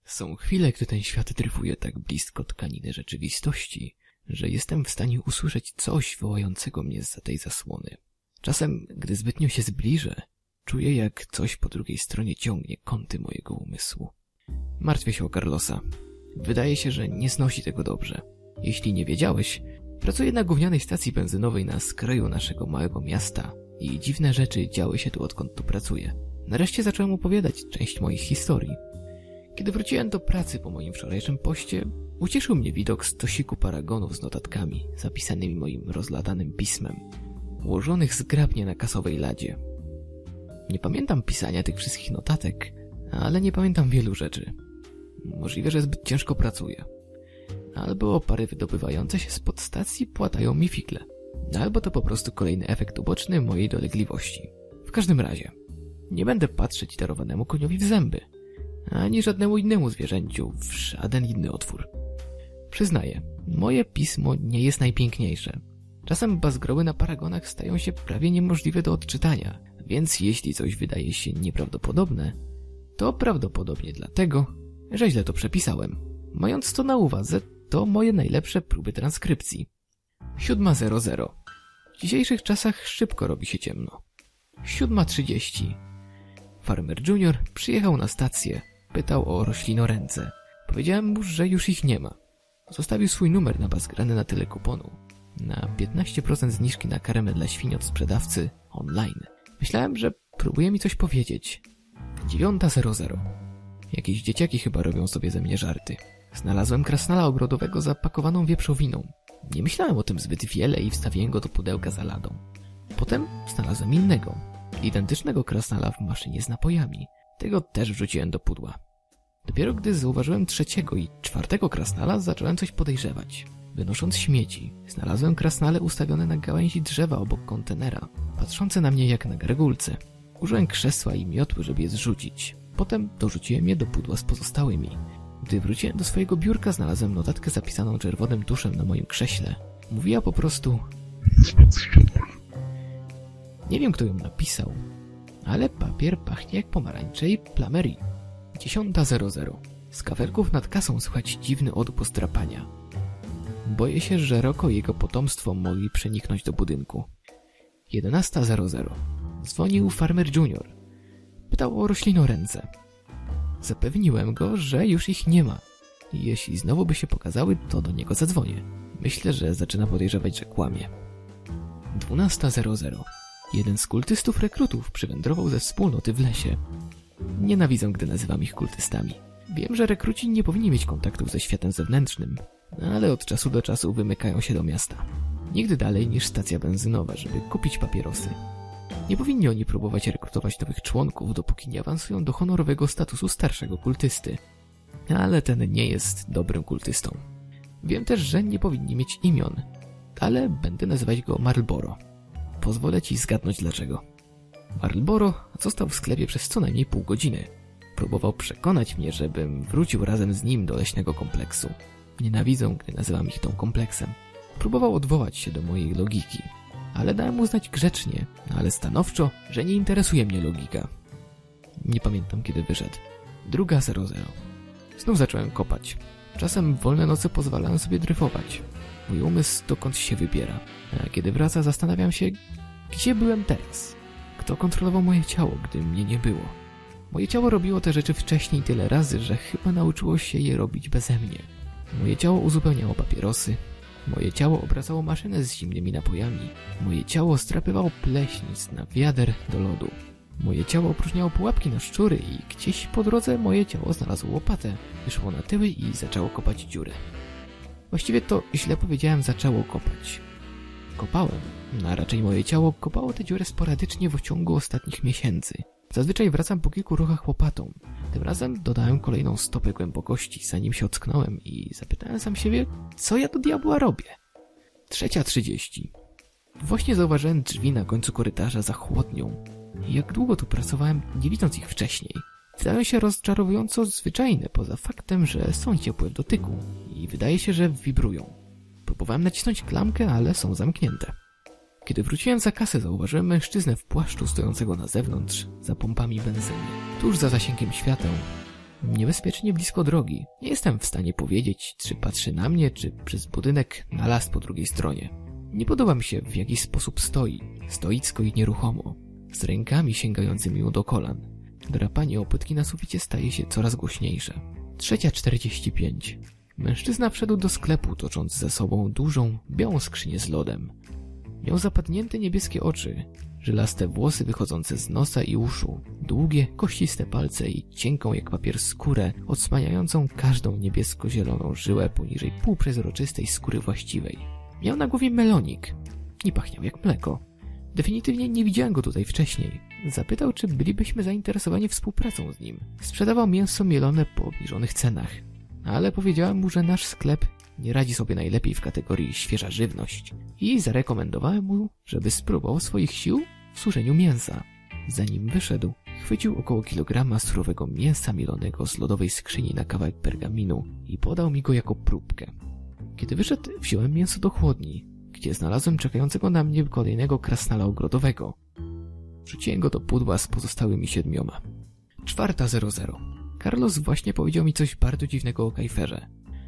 Są chwile, gdy ten świat dryfuje tak blisko tkaniny rzeczywistości, że jestem w stanie usłyszeć coś wołającego mnie zza tej zasłony. Czasem, gdy zbytnio się zbliżę, czuję, jak coś po drugiej stronie ciągnie kąty mojego umysłu. Martwię się o Carlosa. Wydaje się, że nie znosi tego dobrze. Jeśli nie wiedziałeś, pracuję na gównianej stacji benzynowej na skraju naszego małego miasta i dziwne rzeczy działy się tu, odkąd tu pracuję. Nareszcie zacząłem opowiadać część moich historii. Kiedy wróciłem do pracy po moim wczorajszym poście, ucieszył mnie widok stosiku paragonów z notatkami zapisanymi moim rozlatanym pismem, ułożonych zgrabnie na kasowej ladzie. Nie pamiętam pisania tych wszystkich notatek, ale nie pamiętam wielu rzeczy. Możliwe, że zbyt ciężko pracuję. Albo opary wydobywające się spod stacji płatają mi figle. Albo to po prostu kolejny efekt uboczny mojej dolegliwości. W każdym razie, nie będę patrzeć darowanemu koniowi w zęby, ani żadnemu innemu zwierzęciu w żaden inny otwór. Przyznaję, moje pismo nie jest najpiękniejsze. Czasem bazgroły na paragonach stają się prawie niemożliwe do odczytania, więc jeśli coś wydaje się nieprawdopodobne, to prawdopodobnie dlatego, że źle to przepisałem. Mając to na uwadze, to moje najlepsze próby transkrypcji. 7:00. W dzisiejszych czasach szybko robi się ciemno. 7:30. Farmer Junior przyjechał na stację. Pytał o roślinoręce. Powiedziałem mu, że już ich nie ma. Zostawił swój numer na bazgrany na tyle kuponu. Na 15% zniżki na karmę dla świń od sprzedawcy online. Myślałem, że próbuje mi coś powiedzieć. 9:00. Jakieś dzieciaki chyba robią sobie ze mnie żarty. Znalazłem krasnala ogrodowego zapakowaną wieprzowiną. Nie myślałem o tym zbyt wiele i wstawiłem go do pudełka za ladą. Potem znalazłem innego, identycznego krasnala w maszynie z napojami. Tego też wrzuciłem do pudła. Dopiero gdy zauważyłem 3. i 4. krasnala, zacząłem coś podejrzewać. Wynosząc śmieci, znalazłem krasnale ustawione na gałęzi drzewa obok kontenera, patrzące na mnie jak na gargulce. Użyłem krzesła i miotły, żeby je zrzucić. Potem dorzuciłem je do pudła z pozostałymi. Gdy wróciłem do swojego biurka, znalazłem notatkę zapisaną czerwonym tuszem na moim krześle. Mówiła po prostu... Nie wiem, kto ją napisał, ale papier pachnie jak pomarańcze i plamerii. 10:00. Z kafelków nad kasą słychać dziwny odgłos drapania. Boję się, że Roko i jego potomstwo mogli przeniknąć do budynku. 11:00. Dzwonił Farmer Junior. Pytał o roślinoręce. Zapewniłem go, że już ich nie ma. I jeśli znowu by się pokazały, to do niego zadzwonię. Myślę, że zaczyna podejrzewać, że kłamie. 12:00. Jeden z kultystów rekrutów przywędrował ze wspólnoty w lesie. Nienawidzę, gdy nazywam ich kultystami. Wiem, że rekruci nie powinni mieć kontaktów ze światem zewnętrznym, ale od czasu do czasu wymykają się do miasta. Nigdy dalej niż stacja benzynowa, żeby kupić papierosy. Nie powinni oni próbować rekrutować nowych członków, dopóki nie awansują do honorowego statusu starszego kultysty. Ale ten nie jest dobrym kultystą. Wiem też, że nie powinni mieć imion, ale będę nazywać go Marlboro. Pozwolę ci zgadnąć dlaczego. Marlboro został w sklepie przez co najmniej pół godziny. Próbował przekonać mnie, żebym wrócił razem z nim do leśnego kompleksu. Nienawidzę, gdy nazywam ich tą kompleksem. Próbował odwołać się do mojej logiki, ale dałem mu znać grzecznie, ale stanowczo, że nie interesuje mnie logika. Nie pamiętam, kiedy wyszedł. 2:00. Znów zacząłem kopać. Czasem wolne noce pozwalają sobie dryfować. Mój umysł dokąd się wybiera. A kiedy wraca, zastanawiam się, gdzie byłem teraz? Kto kontrolował moje ciało, gdy mnie nie było? Moje ciało robiło te rzeczy wcześniej tyle razy, że chyba nauczyło się je robić beze mnie. Moje ciało uzupełniało papierosy. Moje ciało obracało maszynę z zimnymi napojami. Moje ciało strapywało pleśń z wiader do lodu. Moje ciało opróżniało pułapki na szczury i gdzieś po drodze moje ciało znalazło łopatę, wyszło na tyły i zaczęło kopać dziury. Właściwie to źle powiedziałem, zaczęło kopać. Kopałem, a raczej moje ciało kopało tę dziurę sporadycznie w ciągu ostatnich miesięcy. Zazwyczaj wracam po kilku ruchach łopatą. Tym razem dodałem kolejną stopę głębokości, zanim się ocknąłem i zapytałem sam siebie, co ja do diabła robię. 3:30. Właśnie zauważyłem drzwi na końcu korytarza za chłodnią. Jak długo tu pracowałem, nie widząc ich wcześniej. Wydają się rozczarowująco zwyczajne, poza faktem, że są ciepłe w dotyku i wydaje się, że wibrują. Próbowałem nacisnąć klamkę, ale są zamknięte. Kiedy wróciłem za kasę, zauważyłem mężczyznę w płaszczu stojącego na zewnątrz, za pompami benzyny. Tuż za zasięgiem świateł niebezpiecznie blisko drogi. Nie jestem w stanie powiedzieć, czy patrzy na mnie, czy przez budynek na las po drugiej stronie. Nie podoba mi się, w jaki sposób stoi, stoicko i nieruchomo, z rękami sięgającymi mu do kolan. Drapanie o płytki na suficie staje się coraz głośniejsze. 3:45. Mężczyzna wszedł do sklepu, tocząc za sobą dużą, białą skrzynię z lodem. Miał zapadnięte niebieskie oczy, żylaste włosy wychodzące z nosa i uszu, długie, kościste palce i cienką jak papier skórę, odsłaniającą każdą niebiesko-zieloną żyłę poniżej półprzezroczystej skóry właściwej. Miał na głowie melonik i pachniał jak mleko. Definitywnie nie widziałem go tutaj wcześniej. Zapytał, czy bylibyśmy zainteresowani współpracą z nim. Sprzedawał mięso mielone po obniżonych cenach. Ale powiedziałem mu, że nasz sklep nie radzi sobie najlepiej w kategorii świeża żywność i zarekomendowałem mu, żeby spróbował swoich sił w suszeniu mięsa. Zanim wyszedł, chwycił około kilograma surowego mięsa mielonego z lodowej skrzyni na kawałek pergaminu i podał mi go jako próbkę. Kiedy wyszedł, wziąłem mięso do chłodni, gdzie znalazłem czekającego na mnie kolejnego krasnala ogrodowego. Wrzuciłem go do pudła z pozostałymi 7. 4:00. Carlos właśnie powiedział mi coś bardzo dziwnego o Kajferze.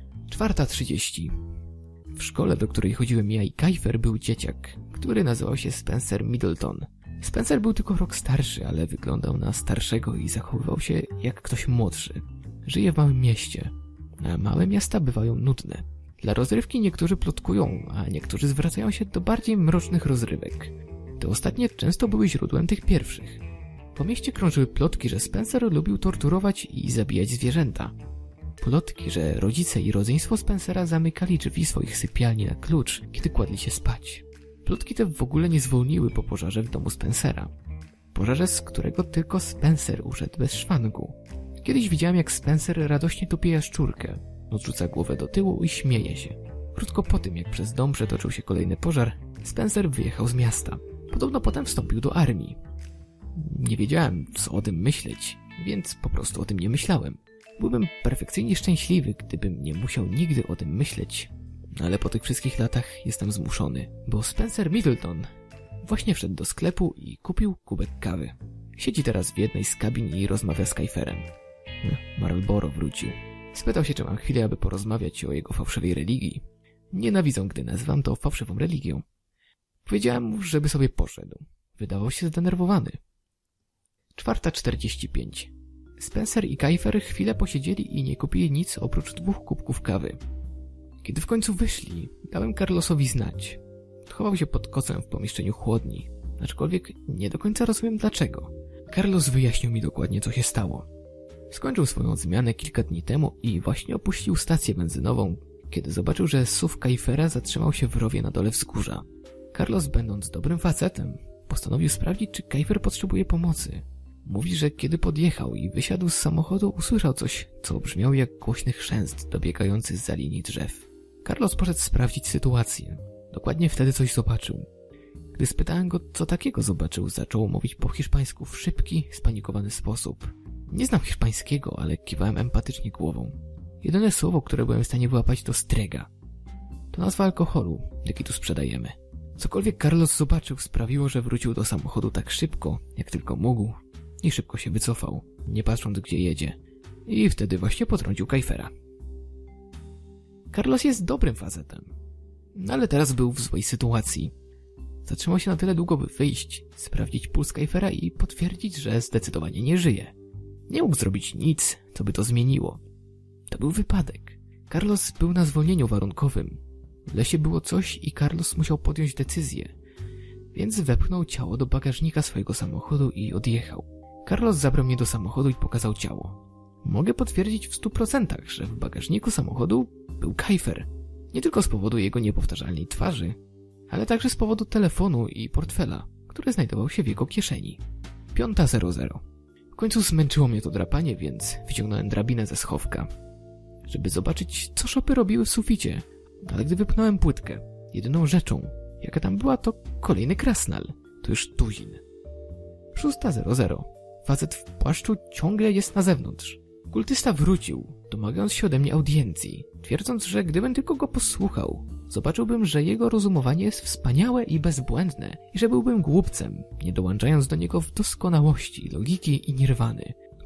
4:30. W szkole, do której chodziłem ja i Kajfer, był dzieciak, który nazywał się Spencer Middleton. Spencer był tylko rok starszy, ale wyglądał na starszego i zachowywał się jak ktoś młodszy. Żyje w małym mieście, a małe miasta bywają nudne. Dla rozrywki niektórzy plotkują, a niektórzy zwracają się do bardziej mrocznych rozrywek. Te ostatnie często były źródłem tych pierwszych. Po mieście krążyły plotki, że Spencer lubił torturować i zabijać zwierzęta. Plotki, że rodzice i rodzeństwo Spencera zamykali drzwi swoich sypialni na klucz, kiedy kładli się spać. Plotki te w ogóle nie zwolniły po pożarze w domu Spencera. Pożarze, z którego tylko Spencer uszedł bez szwangu. Kiedyś widziałem, jak Spencer radośnie tupie jaszczurkę. Odrzuca głowę do tyłu i śmieje się. Krótko po tym, jak przez dom przetoczył się kolejny pożar, Spencer wyjechał z miasta. Podobno potem wstąpił do armii. Nie wiedziałem, co o tym myśleć, więc po prostu o tym nie myślałem. Byłbym perfekcyjnie szczęśliwy, gdybym nie musiał nigdy o tym myśleć. Ale po tych wszystkich latach jestem zmuszony, bo Spencer Middleton właśnie wszedł do sklepu i kupił kubek kawy. Siedzi teraz w jednej z kabin i rozmawia z Kajferem. Marlboro wrócił. Spytał się, czy mam chwilę, aby porozmawiać o jego fałszywej religii. Nienawidzą, gdy nazywam to fałszywą religią. Powiedziałem mu, żeby sobie poszedł. Wydawał się zdenerwowany. 4:45. Spencer i Kajfer chwilę posiedzieli i nie kupili nic oprócz 2 kubków kawy. Kiedy w końcu wyszli, dałem Carlosowi znać. Chował się pod kocem w pomieszczeniu chłodni, aczkolwiek nie do końca rozumiem dlaczego. Carlos wyjaśnił mi dokładnie, co się stało. Skończył swoją zmianę kilka dni temu i właśnie opuścił stację benzynową, kiedy zobaczył, że SUV Kajfera zatrzymał się w rowie na dole wzgórza. Carlos, będąc dobrym facetem, postanowił sprawdzić, czy Kajfer potrzebuje pomocy. Mówi, że kiedy podjechał i wysiadł z samochodu, usłyszał coś, co brzmiało jak głośny chrzęst dobiegający zza linii drzew. Carlos poszedł sprawdzić sytuację. Dokładnie wtedy coś zobaczył. Gdy spytałem go, co takiego zobaczył, zaczął mówić po hiszpańsku w szybki, spanikowany sposób. Nie znam hiszpańskiego, ale kiwałem empatycznie głową. Jedyne słowo, które byłem w stanie wyłapać, to strega. To nazwa alkoholu, jaki tu sprzedajemy. Cokolwiek Carlos zobaczył, sprawiło, że wrócił do samochodu tak szybko, jak tylko mógł i szybko się wycofał, nie patrząc, gdzie jedzie. I wtedy właśnie potrącił Kajfera. Carlos jest dobrym facetem, ale teraz był w złej sytuacji. Zatrzymał się na tyle długo, by wyjść, sprawdzić puls Kajfera i potwierdzić, że zdecydowanie nie żyje. Nie mógł zrobić nic, co by to zmieniło. To był wypadek. Carlos był na zwolnieniu warunkowym. W lesie było coś i Carlos musiał podjąć decyzję. Więc wepchnął ciało do bagażnika swojego samochodu i odjechał. Carlos zabrał mnie do samochodu i pokazał ciało. Mogę potwierdzić w 100%, że w bagażniku samochodu był Kajfer. Nie tylko z powodu jego niepowtarzalnej twarzy, ale także z powodu telefonu i portfela, który znajdował się w jego kieszeni. 5:00. W końcu zmęczyło mnie to drapanie, więc wyciągnąłem drabinę ze schowka, żeby zobaczyć, co szopy robiły w suficie. Ale gdy wypchnąłem płytkę, jedyną rzeczą, jaka tam była, to kolejny krasnal. To już tuzin. 6:00. Facet w płaszczu ciągle jest na zewnątrz. Kultysta wrócił, domagając się ode mnie audiencji, twierdząc, że gdybym tylko go posłuchał, zobaczyłbym, że jego rozumowanie jest wspaniałe i bezbłędne i że byłbym głupcem, nie dołączając do niego w doskonałości, logiki i nirwany.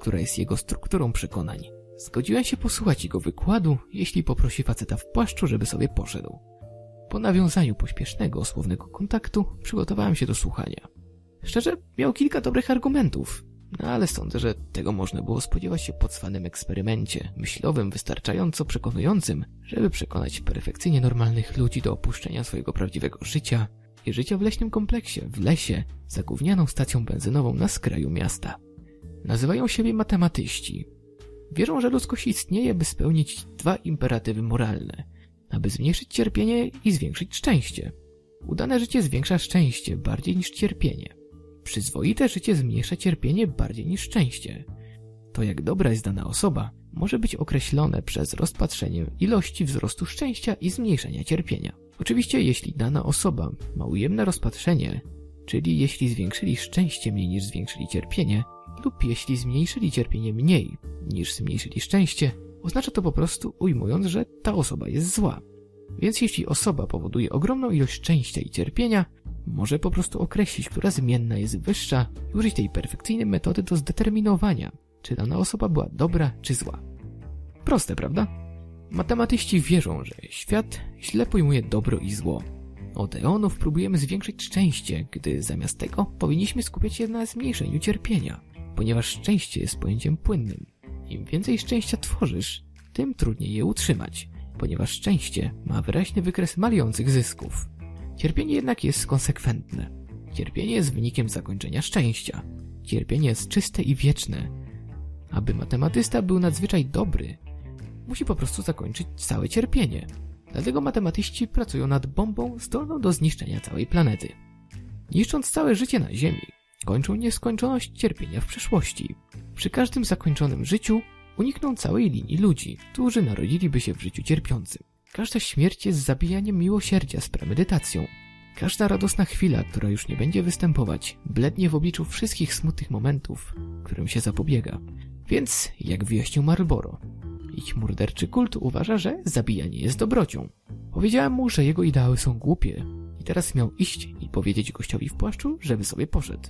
która jest jego strukturą przekonań. Zgodziłem się posłuchać jego wykładu, jeśli poprosi faceta w płaszczu, żeby sobie poszedł. Po nawiązaniu pośpiesznego, słownego kontaktu przygotowałem się do słuchania. Szczerze, miał kilka dobrych argumentów, ale sądzę, że tego można było spodziewać się po cwanym eksperymencie myślowym wystarczająco przekonującym, żeby przekonać perfekcyjnie normalnych ludzi do opuszczenia swojego prawdziwego życia i życia w leśnym kompleksie, w lesie, za gównianą stacją benzynową na skraju miasta. Nazywają siebie matematyści. Wierzą, że ludzkość istnieje, by spełnić 2 imperatywy moralne, aby zmniejszyć cierpienie i zwiększyć szczęście. Udane życie zwiększa szczęście bardziej niż cierpienie. Przyzwoite życie zmniejsza cierpienie bardziej niż szczęście. To, jak dobra jest dana osoba, może być określone przez rozpatrzenie ilości wzrostu szczęścia i zmniejszenia cierpienia. Oczywiście, jeśli dana osoba ma ujemne rozpatrzenie, czyli jeśli zwiększyli szczęście mniej niż zwiększyli cierpienie, lub jeśli zmniejszyli cierpienie mniej niż zmniejszyli szczęście, oznacza to po prostu ujmując, że ta osoba jest zła. Więc jeśli osoba powoduje ogromną ilość szczęścia i cierpienia, może po prostu określić, która zmienna jest wyższa i użyć tej perfekcyjnej metody do zdeterminowania, czy dana osoba była dobra czy zła. Proste, prawda? Matematyści wierzą, że świat źle pojmuje dobro i zło. Od eonów próbujemy zwiększyć szczęście, gdy zamiast tego powinniśmy skupiać się na zmniejszeniu cierpienia, ponieważ szczęście jest pojęciem płynnym. Im więcej szczęścia tworzysz, tym trudniej je utrzymać, ponieważ szczęście ma wyraźny wykres malejących zysków. Cierpienie jednak jest konsekwentne. Cierpienie jest wynikiem zakończenia szczęścia. Cierpienie jest czyste i wieczne. Aby matematysta był nadzwyczaj dobry, musi po prostu zakończyć całe cierpienie. Dlatego matematyści pracują nad bombą zdolną do zniszczenia całej planety. Niszcząc całe życie na Ziemi, kończą nieskończoność cierpienia w przeszłości. Przy każdym zakończonym życiu unikną całej linii ludzi, którzy narodziliby się w życiu cierpiącym. Każda śmierć jest zabijaniem miłosierdzia z premedytacją. Każda radosna chwila, która już nie będzie występować, blednie w obliczu wszystkich smutnych momentów, którym się zapobiega. Więc, jak wyjaśnił Marlboro, ich morderczy kult uważa, że zabijanie jest dobrocią. Powiedziałem mu, że jego ideały są głupie i teraz miał iść i powiedzieć gościowi w płaszczu, żeby sobie poszedł.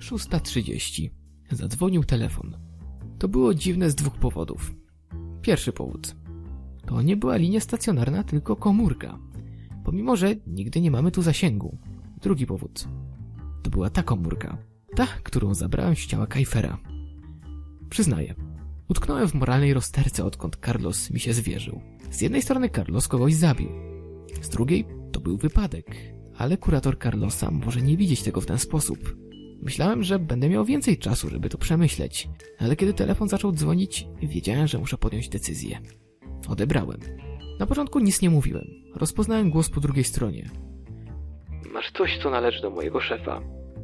6:30. Zadzwonił telefon. To było dziwne z 2 powodów. Pierwszy powód. To nie była linia stacjonarna, tylko komórka. Pomimo, że nigdy nie mamy tu zasięgu. Drugi powód. To była ta komórka. Ta, którą zabrałem z ciała Kajfera. Przyznaję. Utknąłem w moralnej rozterce, odkąd Carlos mi się zwierzył. Z jednej strony Carlos kogoś zabił. Z drugiej to był wypadek. Ale kurator Carlosa może nie widzieć tego w ten sposób. Myślałem, że będę miał więcej czasu, żeby to przemyśleć. Ale kiedy telefon zaczął dzwonić, wiedziałem, że muszę podjąć decyzję. Odebrałem. Na początku nic nie mówiłem. Rozpoznałem głos po drugiej stronie. Masz coś, co należy do mojego szefa.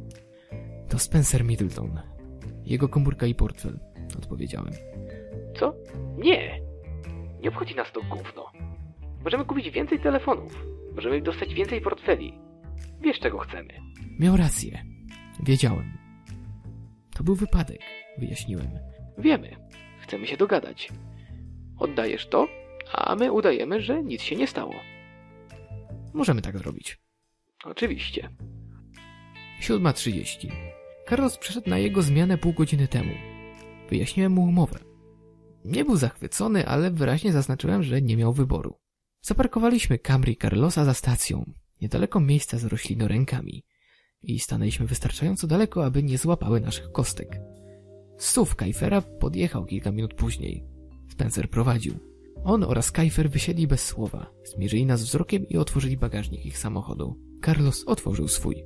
To Spencer Middleton. Jego komórka i portfel. Odpowiedziałem. Co? Nie! Nie obchodzi nas to gówno. Możemy kupić więcej telefonów. Możemy dostać więcej portfeli. Wiesz, czego chcemy. Miał rację. Wiedziałem. To był wypadek, wyjaśniłem. Wiemy. Chcemy się dogadać. Oddajesz to, a my udajemy, że nic się nie stało. Możemy tak zrobić. Oczywiście. 7:30. Carlos przyszedł na jego zmianę pół godziny temu. Wyjaśniłem mu umowę. Nie był zachwycony, ale wyraźnie zaznaczyłem, że nie miał wyboru. Zaparkowaliśmy Camry Carlosa za stacją, niedaleko miejsca z roślinorękami i stanęliśmy wystarczająco daleko, aby nie złapały naszych kostek. SUV Kajfera podjechał kilka minut później. Spencer prowadził. On oraz Kajfer wysiedli bez słowa, zmierzyli nas wzrokiem i otworzyli bagażnik ich samochodu. Carlos otworzył swój.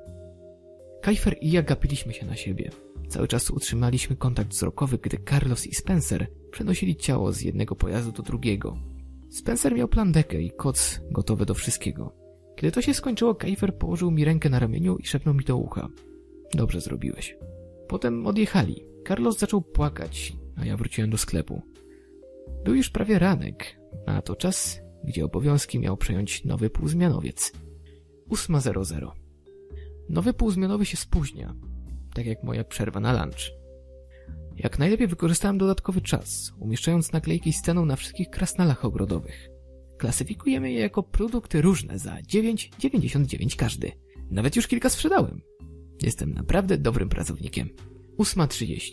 Kajfer i ja gapiliśmy się na siebie. Cały czas utrzymaliśmy kontakt wzrokowy, gdy Carlos i Spencer przenosili ciało z jednego pojazdu do drugiego. Spencer miał plandekę i koc gotowe do wszystkiego. Kiedy to się skończyło, Kajfer położył mi rękę na ramieniu i szepnął mi do ucha. Dobrze zrobiłeś. Potem odjechali. Carlos zaczął płakać, a ja wróciłem do sklepu. Był już prawie ranek, a to czas, gdzie obowiązki miał przejąć nowy półzmianowiec. 8:00. Nowy półzmianowy się spóźnia, tak jak moja przerwa na lunch. Jak najlepiej wykorzystałem dodatkowy czas, umieszczając naklejki z ceną na wszystkich krasnalach ogrodowych. Klasyfikujemy je jako produkty różne za 9,99 każdy. Nawet już kilka sprzedałem. Jestem naprawdę dobrym pracownikiem. 8:30.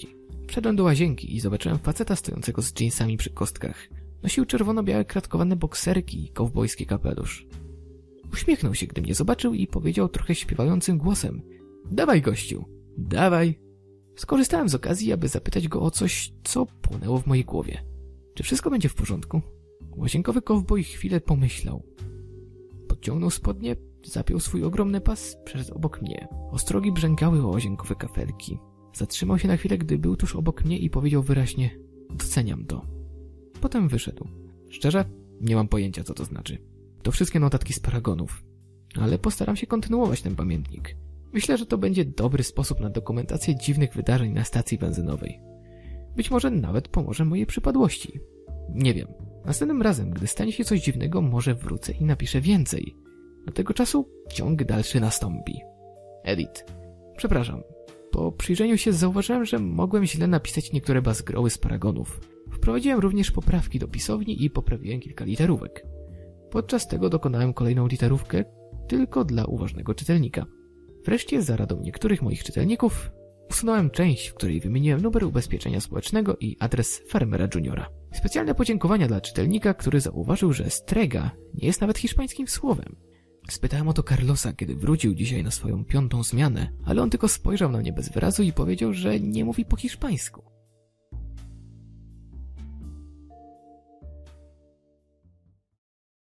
Wszedłem do łazienki i zobaczyłem faceta stojącego z dżinsami przy kostkach. Nosił czerwono-białe kratkowane bokserki i kowbojski kapelusz. Uśmiechnął się, gdy mnie zobaczył i powiedział trochę śpiewającym głosem: dawaj, gościu, dawaj. Skorzystałem z okazji, aby zapytać go o coś, co płonęło w mojej głowie. Czy wszystko będzie w porządku? Łazienkowy kowboj chwilę pomyślał. Podciągnął spodnie, zapiął swój ogromny pas, przeszedł obok mnie. Ostrogi brzękały o łazienkowe kafelki. Zatrzymał się na chwilę, gdy był tuż obok mnie i powiedział wyraźnie: doceniam to. Potem wyszedł. Szczerze, nie mam pojęcia, co to znaczy. To wszystkie notatki z paragonów. Ale postaram się kontynuować ten pamiętnik. Myślę, że to będzie dobry sposób na dokumentację dziwnych wydarzeń na stacji benzynowej. Być może nawet pomoże mojej przypadłości. Nie wiem. Następnym razem, gdy stanie się coś dziwnego, może wrócę i napiszę więcej. Do tego czasu ciąg dalszy nastąpi. Edit. Przepraszam. Po przyjrzeniu się zauważyłem, że mogłem źle napisać niektóre bazgroły z paragonów. Wprowadziłem również poprawki do pisowni i poprawiłem kilka literówek. Podczas tego dokonałem kolejną literówkę tylko dla uważnego czytelnika. Wreszcie, za radą niektórych moich czytelników, usunąłem część, w której wymieniłem numer ubezpieczenia społecznego i adres farmera juniora. Specjalne podziękowania dla czytelnika, który zauważył, że strega nie jest nawet hiszpańskim słowem. Spytałem o to Carlosa, kiedy wrócił dzisiaj na swoją 5. zmianę, ale on tylko spojrzał na mnie bez wyrazu i powiedział, że nie mówi po hiszpańsku.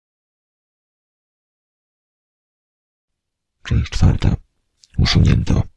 Część 4. Usunięto.